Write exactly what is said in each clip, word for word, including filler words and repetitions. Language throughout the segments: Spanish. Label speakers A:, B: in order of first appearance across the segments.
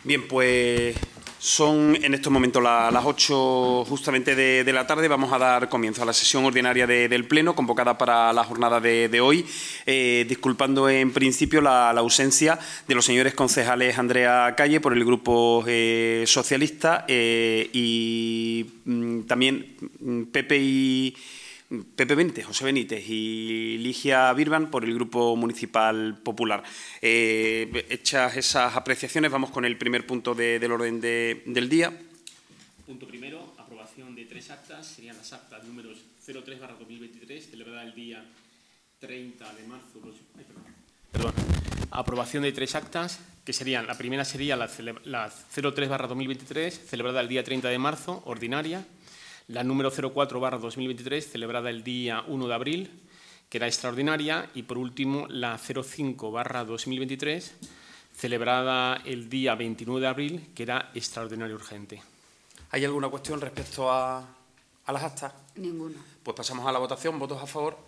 A: Bien, pues son en estos momentos la, las ocho justamente de, de la tarde. Vamos a dar comienzo a la sesión ordinaria de, del Pleno, convocada para la jornada de, de hoy, eh, disculpando en principio la, la ausencia de los señores concejales Andrea Calle por el Grupo eh, Socialista eh, y mm, también mm, Pepe y... Pepe Benítez, José Benítez y Ligia Birban por el Grupo Municipal Popular. Eh, hechas esas apreciaciones, vamos con el primer punto de, del orden de, del día.
B: Punto primero, aprobación de tres actas. Serían las actas números cero tres barra dos mil veintitrés, celebrada el día treinta de marzo. Ay, perdón. Perdón. Aprobación de tres actas, que serían, la primera sería la, la cero tres barra dos mil veintitrés, celebrada el día treinta de marzo, ordinaria. La número cero cuatro barra dos mil veintitrés, celebrada el día uno de abril, que era extraordinaria. Y, por último, la cero cinco barra dos mil veintitrés, celebrada el día veintinueve de abril, que era extraordinaria urgente.
A: ¿Hay alguna cuestión respecto a, a las actas?
C: Ninguna.
A: Pues pasamos a la votación. ¿Votos a favor?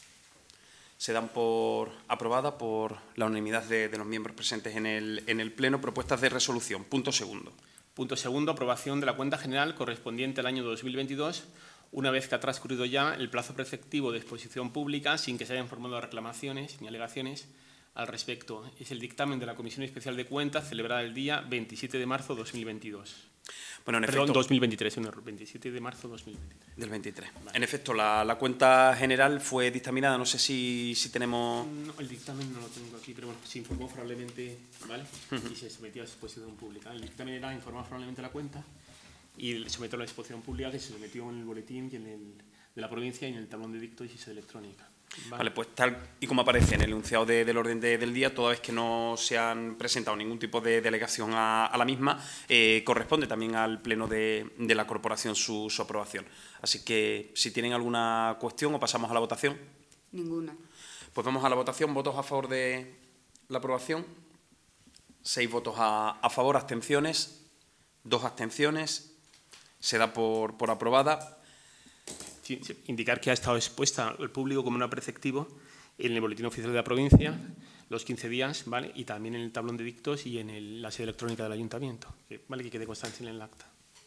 A: Se dan por aprobada por la unanimidad de, de los miembros presentes en el, en el Pleno. Propuestas de resolución. Punto segundo.
B: Punto segundo, aprobación de la cuenta general correspondiente al año dos mil veintidós, una vez que ha transcurrido ya el plazo preceptivo de exposición pública sin que se hayan formado reclamaciones ni alegaciones al respecto. Es el dictamen de la Comisión Especial de Cuentas celebrada el día veintisiete de marzo de dos mil veintidós.
A: Bueno, en
B: Perdón,
A: efecto,
B: dos mil veintitrés, un error, veintisiete de marzo de dos mil veintitrés.
A: Del veintitrés.
B: Vale.
A: En efecto, la, la cuenta general fue dictaminada. No sé si, si tenemos...
B: No, el dictamen no lo tengo aquí, pero bueno, se informó favorablemente, ¿vale? Uh-huh. Y se sometió a exposición pública. El dictamen era informar favorablemente la cuenta y sometió a la exposición pública, que se sometió en el boletín y en el, de la provincia y en el tablón de dictos y sede electrónica. Vale.
A: Vale, pues tal y como aparece en el enunciado de, del orden de, del día, toda vez que no se han presentado ningún tipo de delegación a, a la misma, eh, corresponde también al Pleno de, de la Corporación su, su aprobación. Así que, si tienen alguna cuestión, o pasamos a la votación.
C: Ninguna.
A: Pues vamos a la votación. ¿Votos a favor de la aprobación? Seis votos a, a favor, abstenciones, dos abstenciones. Se da por, por aprobada.
B: Sí, sí, indicar que ha estado expuesta al público como no preceptivo en el boletín oficial de la provincia los quince días, ¿vale? Y también en el tablón de dictos y en el, la sede electrónica del ayuntamiento, que, ¿vale? Que quede constancia en el acta.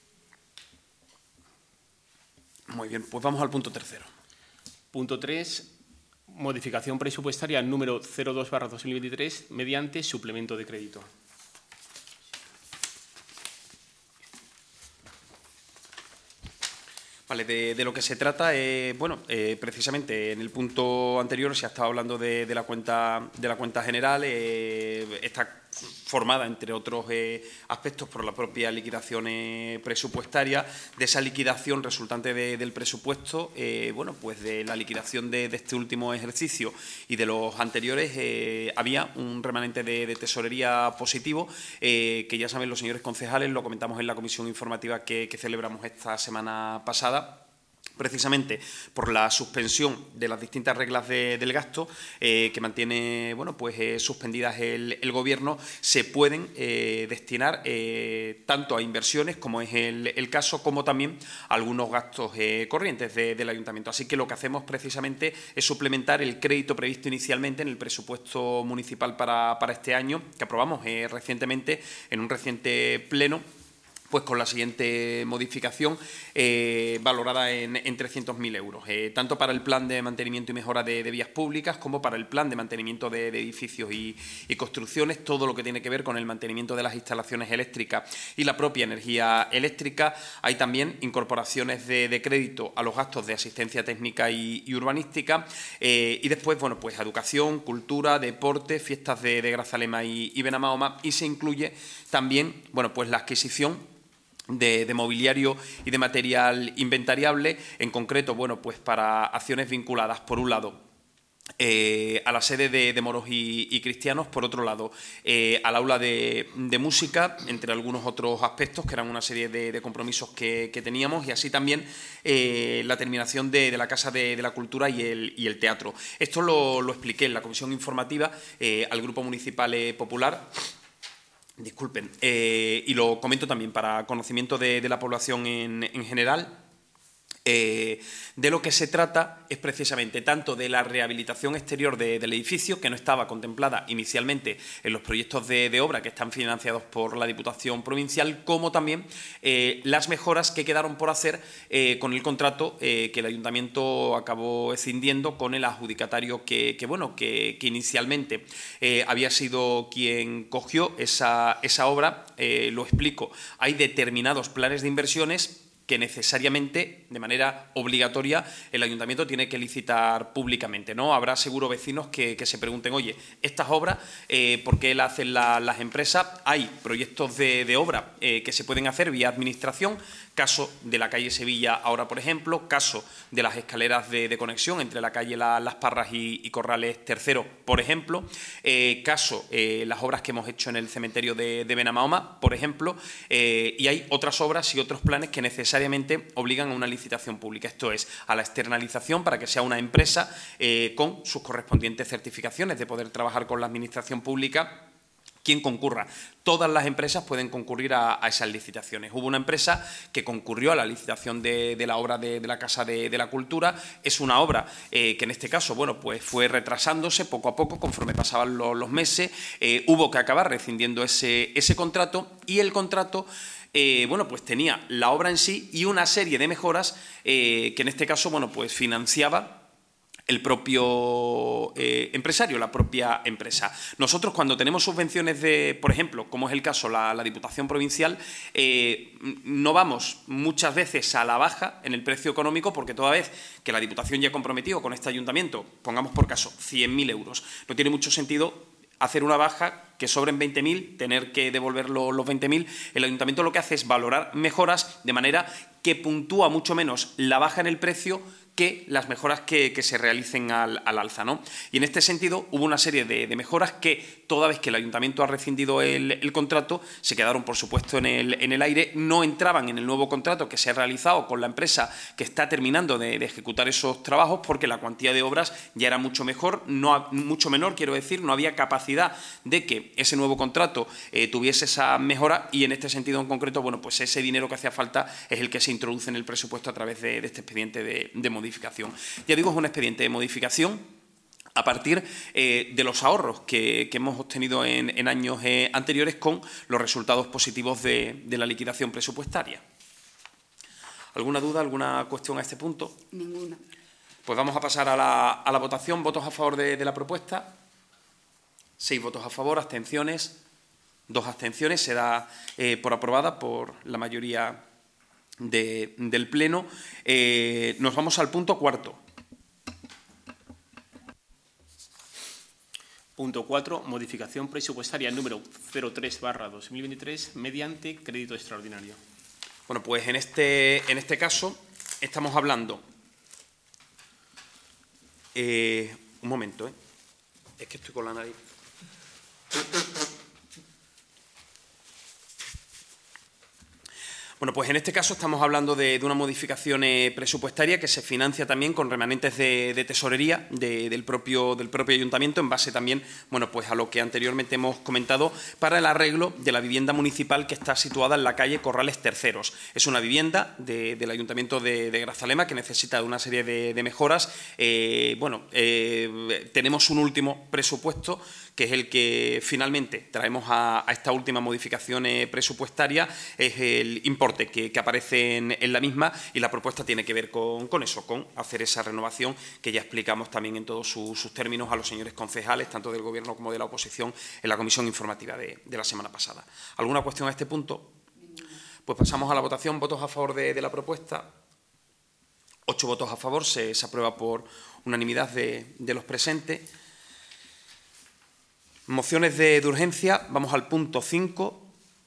A: Muy bien, pues vamos al punto tercero.
B: Punto tres, modificación presupuestaria número cero dos barra dos mil veintitrés mediante suplemento de crédito.
A: Vale, de, de lo que se trata, eh, bueno, eh, precisamente en el punto anterior se ha estado hablando de, de la cuenta de la cuenta general, eh, está formada, entre otros eh, aspectos, por la propia liquidación eh, presupuestaria. De esa liquidación resultante de, del presupuesto, eh, bueno, pues de la liquidación de, de este último ejercicio y de los anteriores, eh, había un remanente de, de tesorería positivo, eh, que ya saben los señores concejales, lo comentamos en la comisión informativa que, que celebramos esta semana pasada, precisamente por la suspensión de las distintas reglas de, del gasto eh, que mantiene, bueno, pues eh, suspendidas el, el Gobierno, se pueden eh, destinar eh, tanto a inversiones, como es el, el caso, como también a algunos gastos eh, corrientes de, del Ayuntamiento. Así que lo que hacemos precisamente es suplementar el crédito previsto inicialmente en el presupuesto municipal para, para este año, que aprobamos eh, recientemente en un reciente pleno, pues con la siguiente modificación, eh, valorada en, en trescientos mil euros, eh, tanto para el plan de mantenimiento y mejora de, de vías públicas, como para el plan de mantenimiento de, de edificios y, y construcciones, todo lo que tiene que ver con el mantenimiento de las instalaciones eléctricas y la propia energía eléctrica. Hay también incorporaciones de, de crédito a los gastos de asistencia técnica y, y urbanística, eh, y después, bueno, pues educación, cultura, deporte, fiestas de, de Grazalema y, y Benamahoma, y se incluye también, bueno, pues la adquisición De, de mobiliario y de material inventariable, en concreto, bueno, pues para acciones vinculadas, por un lado, eh, a la sede de, de moros y, y cristianos, por otro lado, eh, al aula de, de música, entre algunos otros aspectos, que eran una serie de, de compromisos que, que teníamos, y así también eh, la terminación de, de la Casa de, de la Cultura y el, y el teatro. Esto lo, lo expliqué en la comisión informativa eh, al Grupo Municipal eh, Popular. Disculpen, eh, y lo comento también para conocimiento de, de la población en, en general. Eh, de lo que se trata es precisamente tanto de la rehabilitación exterior de, del edificio, que no estaba contemplada inicialmente en los proyectos de, de obra que están financiados por la Diputación Provincial, como también eh, las mejoras que quedaron por hacer eh, con el contrato eh, que el Ayuntamiento acabó escindiendo con el adjudicatario que, que, bueno, que, que inicialmente eh, había sido quien cogió esa, esa obra. Eh, lo explico, hay determinados planes de inversiones que necesariamente, de manera obligatoria, el Ayuntamiento tiene que licitar públicamente, ¿no? Habrá seguro vecinos que, que se pregunten, oye, estas obras, eh, ¿por qué las hacen la, las empresas? Hay proyectos de, de obra eh, que se pueden hacer vía administración, caso de la calle Sevilla ahora, por ejemplo, caso de las escaleras de, de conexión entre la calle la, Las Parras y, y Corrales Tercero, por ejemplo, eh, caso eh, las obras que hemos hecho en el cementerio de, de Benamahoma, por ejemplo, eh, y hay otras obras y otros planes que necesariamente obligan a una licitación pública, esto es, a la externalización para que sea una empresa eh, con sus correspondientes certificaciones de poder trabajar con la administración pública quien concurra. Todas las empresas pueden concurrir a, a esas licitaciones. Hubo una empresa que concurrió a la licitación de, de la obra de, de la Casa de, de la Cultura. Es una obra eh, que en este caso, bueno, pues fue retrasándose poco a poco conforme pasaban lo, los meses. Eh, hubo que acabar rescindiendo ese, ese contrato y el contrato Eh, bueno, pues tenía la obra en sí y una serie de mejoras eh, que en este caso, bueno, pues financiaba el propio eh, empresario, la propia empresa. Nosotros, cuando tenemos subvenciones de, por ejemplo, como es el caso la, la Diputación Provincial, eh, no vamos muchas veces a la baja en el precio económico, porque toda vez que la Diputación ya ha comprometido con este ayuntamiento, pongamos por caso cien mil euros, no tiene mucho sentido hacer una baja que sobren veinte mil, tener que devolver los, los veinte mil. El ayuntamiento lo que hace es valorar mejoras de manera que puntúa mucho menos la baja en el precio que las mejoras que, que se realicen al, al alza, ¿no? Y en este sentido hubo una serie de, de mejoras que, toda vez que el Ayuntamiento ha rescindido el, el contrato, se quedaron, por supuesto, en el, en el aire, no entraban en el nuevo contrato que se ha realizado con la empresa que está terminando de, de ejecutar esos trabajos, porque la cuantía de obras ya era mucho mejor, no, mucho menor, quiero decir, no había capacidad de que ese nuevo contrato eh, tuviese esa mejora, y en este sentido en concreto, bueno, pues ese dinero que hacía falta es el que se introduce en el presupuesto a través de, de este expediente de, de modificación. Modificación. Ya digo, es un expediente de modificación a partir eh, de los ahorros que, que hemos obtenido en, en años eh, anteriores con los resultados positivos de, de la liquidación presupuestaria. ¿Alguna duda, alguna cuestión a este punto?
C: Ninguna.
A: Pues vamos a pasar a la, a la votación. ¿Votos a favor de, de la propuesta? Seis votos a favor, abstenciones, dos abstenciones. Se da eh, por aprobada por la mayoría De, del Pleno. Eh, nos vamos al punto cuarto.
B: Punto cuatro. Modificación presupuestaria número cero tres barra dos mil veintitrés mediante crédito extraordinario.
A: Bueno, pues en este, en este caso estamos hablando... Eh, un momento, ¿eh? Es que estoy con la nariz. Bueno, pues en este caso estamos hablando de, de una modificación eh, presupuestaria que se financia también con remanentes de, de tesorería de, del, propio, del propio ayuntamiento, en base también, bueno, pues a lo que anteriormente hemos comentado, para el arreglo de la vivienda municipal que está situada en la calle Corrales Terceros. Es una vivienda de, del ayuntamiento de, de Grazalema que necesita de una serie de, de mejoras. Eh, bueno, eh, tenemos un último presupuesto que es el que finalmente traemos a, a esta última modificación eh, presupuestaria, es el importe que, que aparece en, en la misma, y la propuesta tiene que ver con, con eso, con hacer esa renovación que ya explicamos también en todos sus, sus términos a los señores concejales, tanto del Gobierno como de la oposición, en la comisión informativa de, de la semana pasada. ¿Alguna cuestión a este punto? Pues pasamos a la votación. ¿Votos a favor de, de la propuesta? Ocho votos a favor, se, se aprueba por unanimidad de, de los presentes. Mociones de, de urgencia, vamos al punto cinco.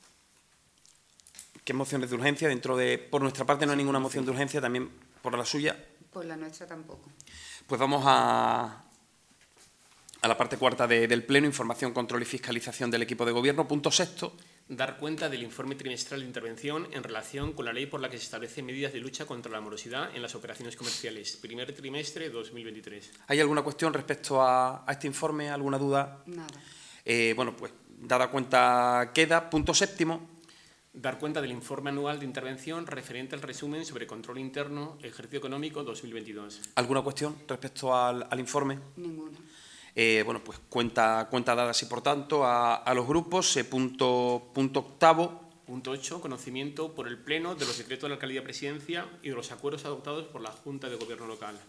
A: ¿Qué mociones de urgencia? Dentro de, por nuestra parte no hay ninguna moción de urgencia, también por la suya.
C: Por la nuestra tampoco.
A: Pues vamos a, a la parte cuarta de, del Pleno, información, control y fiscalización del equipo de gobierno. Punto sexto.
B: Dar cuenta del informe trimestral de intervención en relación con la ley por la que se establecen medidas de lucha contra la morosidad en las operaciones comerciales. Primer trimestre dos mil veintitrés.
A: ¿Hay alguna cuestión respecto a, a este informe? ¿Alguna duda?
C: Nada.
A: Eh, bueno, pues dada cuenta queda. Punto séptimo.
B: dar cuenta del informe anual de intervención referente al resumen sobre control interno ejercicio económico dos mil veintidós.
A: ¿Alguna cuestión respecto al, al informe?
C: Ninguna.
A: Eh, bueno, pues cuenta, cuenta dada así, por tanto, a, a los grupos. Eh, punto, punto octavo.
B: Punto ocho. Conocimiento por el Pleno de los decretos de la Alcaldía Presidencia y de los acuerdos adoptados por la Junta de Gobierno Local.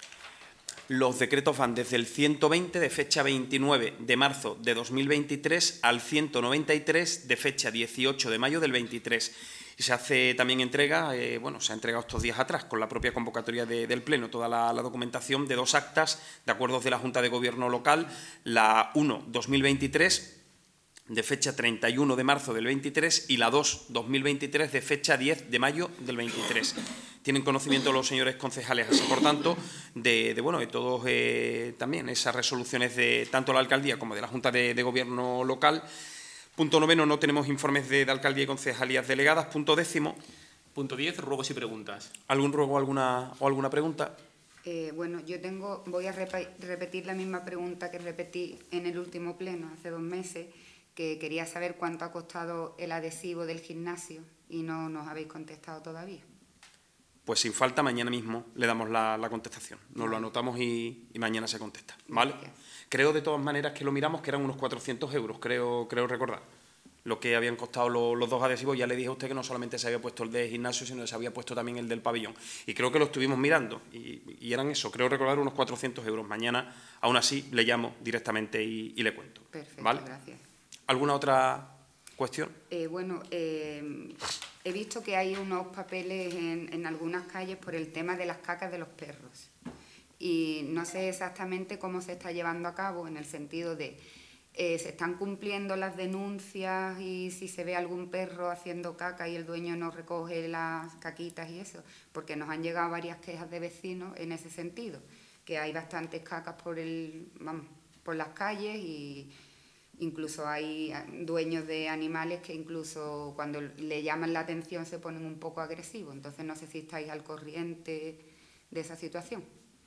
A: Los decretos van desde el ciento veinte, de fecha veintinueve de marzo de dos mil veintitrés, al ciento noventa y tres, de fecha dieciocho de mayo del veintitrés. Y se hace también entrega, eh, bueno, se ha entregado estos días atrás, con la propia convocatoria de, del Pleno, toda la, la documentación de dos actas de acuerdos de la Junta de Gobierno Local, la uno dos mil veintitrés, de fecha treinta y uno de marzo del veintitrés, y la dos dos mil veintitrés, de fecha diez de mayo del veintitrés. Tienen conocimiento los señores concejales, así por tanto, de, de, bueno, de todos eh, también esas resoluciones de tanto la Alcaldía como de la Junta de, de Gobierno Local. Punto noveno, no tenemos informes de, de Alcaldía y concejalías delegadas. Punto décimo.
B: Punto diez, ruegos y preguntas.
A: ¿Algún ruego alguna, o alguna pregunta?
C: Eh, bueno, yo tengo, voy a repetir la misma pregunta que repetí en el último pleno, hace dos meses, que quería saber cuánto ha costado el adhesivo del gimnasio y no nos habéis contestado todavía.
A: Pues sin falta, mañana mismo le damos la, la contestación. Nos lo anotamos y, y mañana se contesta, ¿vale?
C: Gracias.
A: Creo de todas maneras que lo miramos, que eran unos cuatrocientos euros, creo, creo recordar. Lo que habían costado lo, los dos adhesivos. Ya le dije a usted que no solamente se había puesto el de gimnasio, sino que se había puesto también el del pabellón. Y creo que lo estuvimos mirando y, y eran eso, creo recordar unos cuatrocientos euros. Mañana, aún así, le llamo directamente y, y le cuento.
C: Perfecto,
A: ¿vale?
C: gracias.
A: ¿Alguna otra cuestión?
C: Eh, bueno, eh, he visto que hay unos papeles en, en algunas calles por el tema de las cacas de los perros. Y no sé exactamente cómo se está llevando a cabo, en el sentido de eh, se están cumpliendo las denuncias y si se ve algún perro haciendo caca y el dueño no recoge las caquitas y eso, porque nos han llegado varias quejas de vecinos en ese sentido, que hay bastantes cacas por, el, vamos, por las calles y incluso hay dueños de animales que incluso cuando le llaman la atención se ponen un poco agresivos. Entonces no sé si estáis al corriente de esa situación.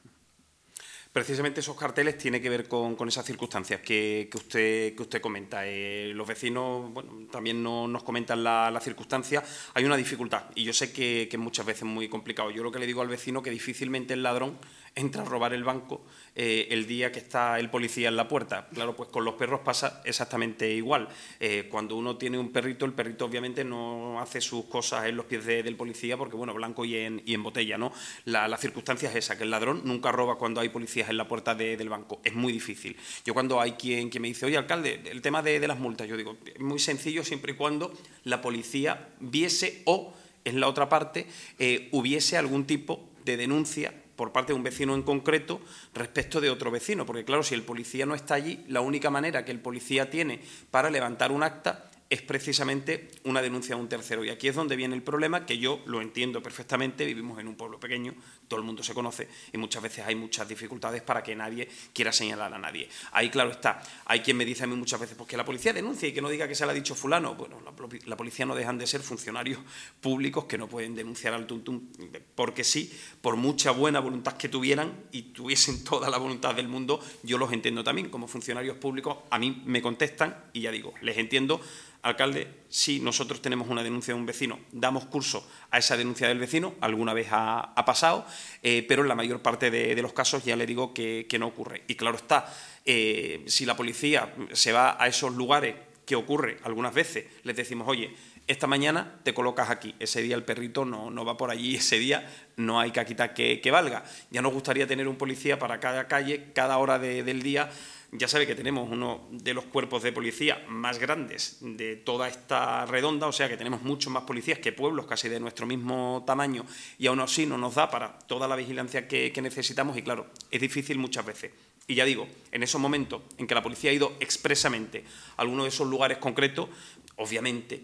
A: Precisamente esos carteles tienen que ver con, con esas circunstancias que, que, usted, que usted comenta. Eh, los vecinos bueno, también no, nos comentan la, la circunstancia. Hay una dificultad y yo sé que, que muchas veces es muy complicado. Yo lo que le digo al vecino es que difícilmente el ladrón entra a robar el banco eh, el día que está el policía en la puerta. Claro, pues con los perros pasa exactamente igual. Eh, cuando uno tiene un perrito, el perrito obviamente no hace sus cosas en los pies de, del policía porque, bueno, blanco y en, y en botella, ¿no? La, la circunstancia es esa, que el ladrón nunca roba cuando hay policías en la puerta de, del banco. Es muy difícil. Yo cuando hay quien, quien me dice, oye, alcalde, el tema de, de las multas, yo digo, es muy sencillo siempre y cuando la policía viese o, en la otra parte, eh, hubiese algún tipo de denuncia por parte de un vecino en concreto respecto de otro vecino, porque claro, si el policía no está allí, la única manera que el policía tiene para levantar un acta es precisamente una denuncia a un tercero. Y aquí es donde viene el problema, que yo lo entiendo perfectamente, vivimos en un pueblo pequeño, todo el mundo se conoce y muchas veces hay muchas dificultades para que nadie quiera señalar a nadie. Ahí, claro está, hay quien me dice a mí muchas veces, pues que la policía denuncie y que no diga que se le ha dicho fulano. Bueno, la, la policía no dejan de ser funcionarios públicos que no pueden denunciar al tuntum, porque sí, por mucha buena voluntad que tuvieran y tuviesen toda la voluntad del mundo, yo los entiendo también como funcionarios públicos. A mí me contestan y ya digo, les entiendo. Alcalde, si nosotros tenemos una denuncia de un vecino, damos curso a esa denuncia del vecino, alguna vez ha, ha pasado, eh, pero en la mayor parte de, de los casos ya le digo que, que no ocurre. Y claro está, eh, si la policía se va a esos lugares que ocurre algunas veces, les decimos, oye, esta mañana te colocas aquí, ese día el perrito no, no va por allí, ese día no hay caquita que, que valga. Ya nos gustaría tener un policía para cada calle, cada hora de, del día. Ya sabe que tenemos uno de los cuerpos de policía más grandes de toda esta redonda, o sea que tenemos muchos más policías que pueblos casi de nuestro mismo tamaño y aún así no nos da para toda la vigilancia que, que necesitamos y claro, es difícil muchas veces. Y ya digo, en esos momentos en que la policía ha ido expresamente a alguno de esos lugares concretos, obviamente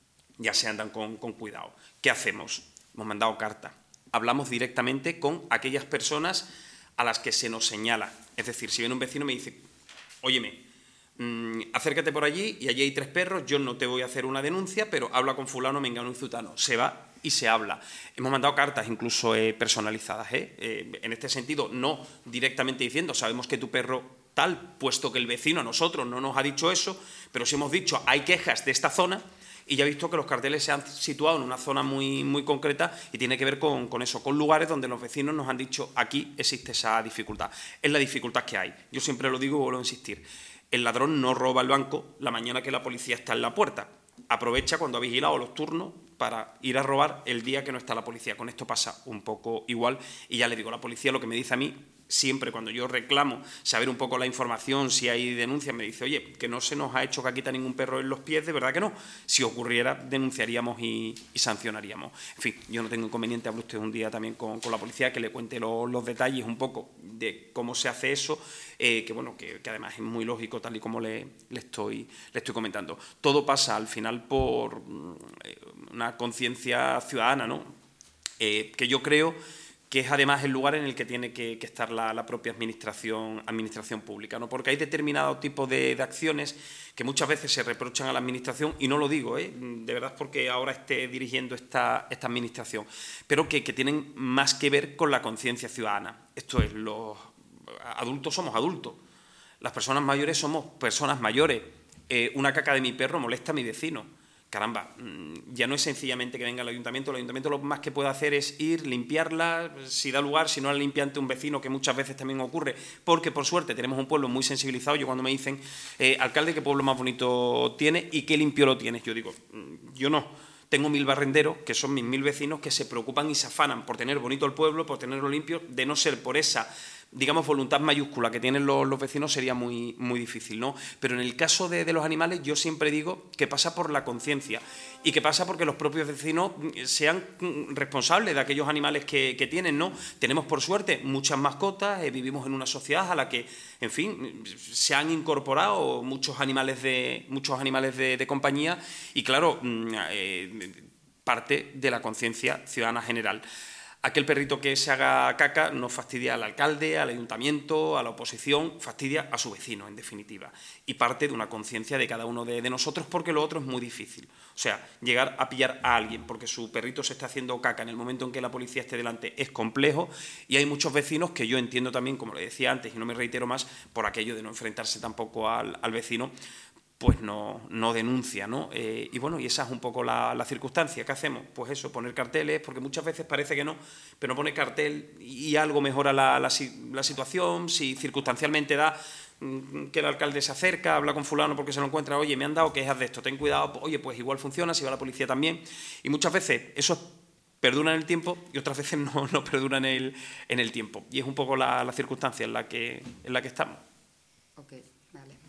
A: ya se andan con, con cuidado. ¿Qué hacemos? Hemos mandado carta. Hablamos directamente con aquellas personas a las que se nos señala. Es decir, si viene un vecino y me dice, óyeme, mmm, acércate por allí y allí hay tres perros, yo no te voy a hacer una denuncia, pero habla con fulano, mengano y zutano. Se va y se habla. Hemos mandado cartas incluso eh, personalizadas, ¿eh? Eh, en este sentido, no directamente diciendo, sabemos que tu perro tal, puesto que el vecino a nosotros no nos ha dicho eso, pero si hemos dicho, hay quejas de esta zona, y ya he visto que los carteles se han situado en una zona muy, muy concreta y tiene que ver con, con eso, con lugares donde los vecinos nos han dicho aquí existe esa dificultad. Es la dificultad que hay. Yo siempre lo digo y vuelvo a insistir. El ladrón no roba el banco la mañana que la policía está en la puerta. Aprovecha cuando ha vigilado los turnos para ir a robar el día que no está la policía. Con esto pasa un poco igual y ya le digo, la policía lo que me dice a mí, siempre cuando yo reclamo saber un poco la información, si hay denuncias, me dice, oye, que no se nos ha hecho caquita ningún perro en los pies, de verdad que no. Si ocurriera, denunciaríamos y, y sancionaríamos. En fin, yo no tengo inconveniente, hable usted un día también con, con la policía, que le cuente lo, los detalles un poco de cómo se hace eso, eh, que bueno, que, que además es muy lógico, tal y como le, le, estoy, le estoy comentando. Todo pasa al final por eh, una conciencia ciudadana, ¿no? Eh, que yo creo que es además el lugar en el que tiene que, que estar la, la propia administración, administración pública, ¿no? Porque hay determinados tipos de, de acciones que muchas veces se reprochan a la administración, y no lo digo, ¿eh? De verdad porque ahora esté dirigiendo esta, esta administración, pero que, que tienen más que ver con la conciencia ciudadana. Esto es, los adultos somos adultos, las personas mayores somos personas mayores. Eh, una caca de mi perro molesta a mi vecino. Caramba, ya no es sencillamente que venga el ayuntamiento, el ayuntamiento lo más que puede hacer es ir, limpiarla, si da lugar, si no la limpia ante un vecino, que muchas veces también ocurre, porque por suerte tenemos un pueblo muy sensibilizado. Yo cuando me dicen, eh, alcalde, ¿qué pueblo más bonito tiene y qué limpio lo tienes? Yo digo, yo no. Tengo mil barrenderos, que son mis mil vecinos, que se preocupan y se afanan por tener bonito el pueblo, por tenerlo limpio. De no ser por esa, digamos, voluntad mayúscula que tienen los, los vecinos, sería muy, muy difícil, ¿no? Pero en el caso de, de los animales, yo siempre digo que pasa por la conciencia y que pasa porque los propios vecinos sean responsables de aquellos animales que, que tienen, ¿no? Tenemos, por suerte, muchas mascotas, eh, vivimos en una sociedad a la que, en fin, se han incorporado muchos animales de, muchos animales de, de compañía y, claro, eh, parte de la conciencia ciudadana general. Aquel perrito que se haga caca no fastidia al alcalde, al ayuntamiento, a la oposición, fastidia a su vecino, en definitiva. Y parte de una conciencia de cada uno de, de nosotros, porque lo otro es muy difícil. O sea, llegar a pillar a alguien porque su perrito se está haciendo caca en el momento en que la policía esté delante es complejo, y hay muchos vecinos que yo entiendo también, como le decía antes, y no me reitero más, por aquello de no enfrentarse tampoco al, al vecino, pues no, no denuncia, ¿no? Eh, y bueno, y esa es un poco la, la circunstancia. ¿Qué hacemos? Pues eso, poner carteles, porque muchas veces parece que no, pero no pone cartel y algo mejora la, la, la situación. Si circunstancialmente da que el alcalde se acerca, habla con fulano porque se lo encuentra, oye, me han dado quejas de esto, ten cuidado, oye, pues igual funciona, si va la policía también. Y muchas veces eso perdura en el tiempo y otras veces no, no perdura en el, en el tiempo. Y es un poco la, la circunstancia en la que, en la que estamos.
C: Ok, vale.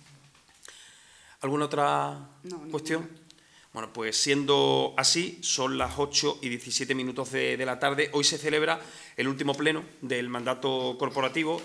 A: ¿Alguna otra
C: no,
A: cuestión?
C: Ninguna.
A: Bueno, pues siendo así, son las ocho y diecisiete minutos de, de la tarde. Hoy se celebra el último pleno del mandato corporativo.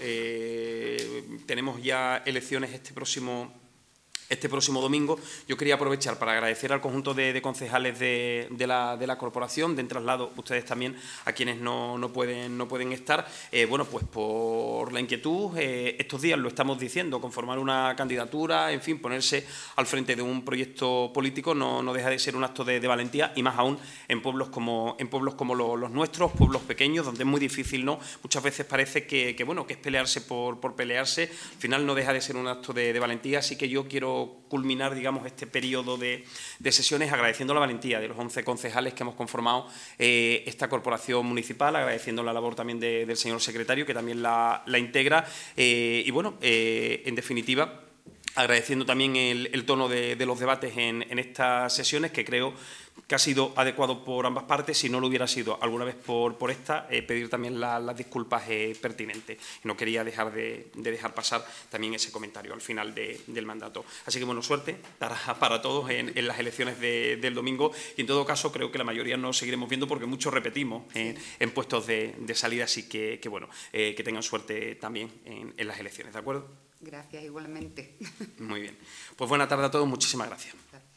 A: Eh, tenemos ya elecciones este próximo, este próximo domingo. Yo quería aprovechar para agradecer al conjunto de, de concejales de, de, la, de la corporación, de en traslado, ustedes también, a quienes no, no, pueden, no pueden estar, eh, bueno, pues por la inquietud, eh, estos días lo estamos diciendo, conformar una candidatura, en fin, ponerse al frente de un proyecto político no, no deja de ser un acto de, de valentía, y más aún en pueblos como, en pueblos como los, los nuestros, pueblos pequeños, donde es muy difícil, ¿no? Muchas veces parece que, que bueno, que es pelearse por, por pelearse, al final no deja de ser un acto de, de valentía, así que yo quiero culminar, digamos, este periodo de, de sesiones agradeciendo la valentía de los once concejales que hemos conformado eh, esta corporación municipal, agradeciendo la labor también de, del señor secretario, que también la, la integra, eh, y bueno, eh, en definitiva, agradeciendo también el, el tono de, de los debates en, en estas sesiones, que creo que ha sido adecuado por ambas partes. Si no lo hubiera sido alguna vez por, por esta, eh, pedir también la, las disculpas eh, pertinentes. Y no quería dejar de, de dejar pasar también ese comentario al final de, del mandato. Así que, bueno, suerte para, para todos en, en las elecciones de, del domingo, y en todo caso creo que la mayoría nos seguiremos viendo porque muchos repetimos en, en puestos de, de salida, así que, que bueno, eh, que tengan suerte también en, en las elecciones, ¿de acuerdo?
C: Gracias, igualmente.
A: Muy bien. Pues buena tarde a todos, muchísimas gracias.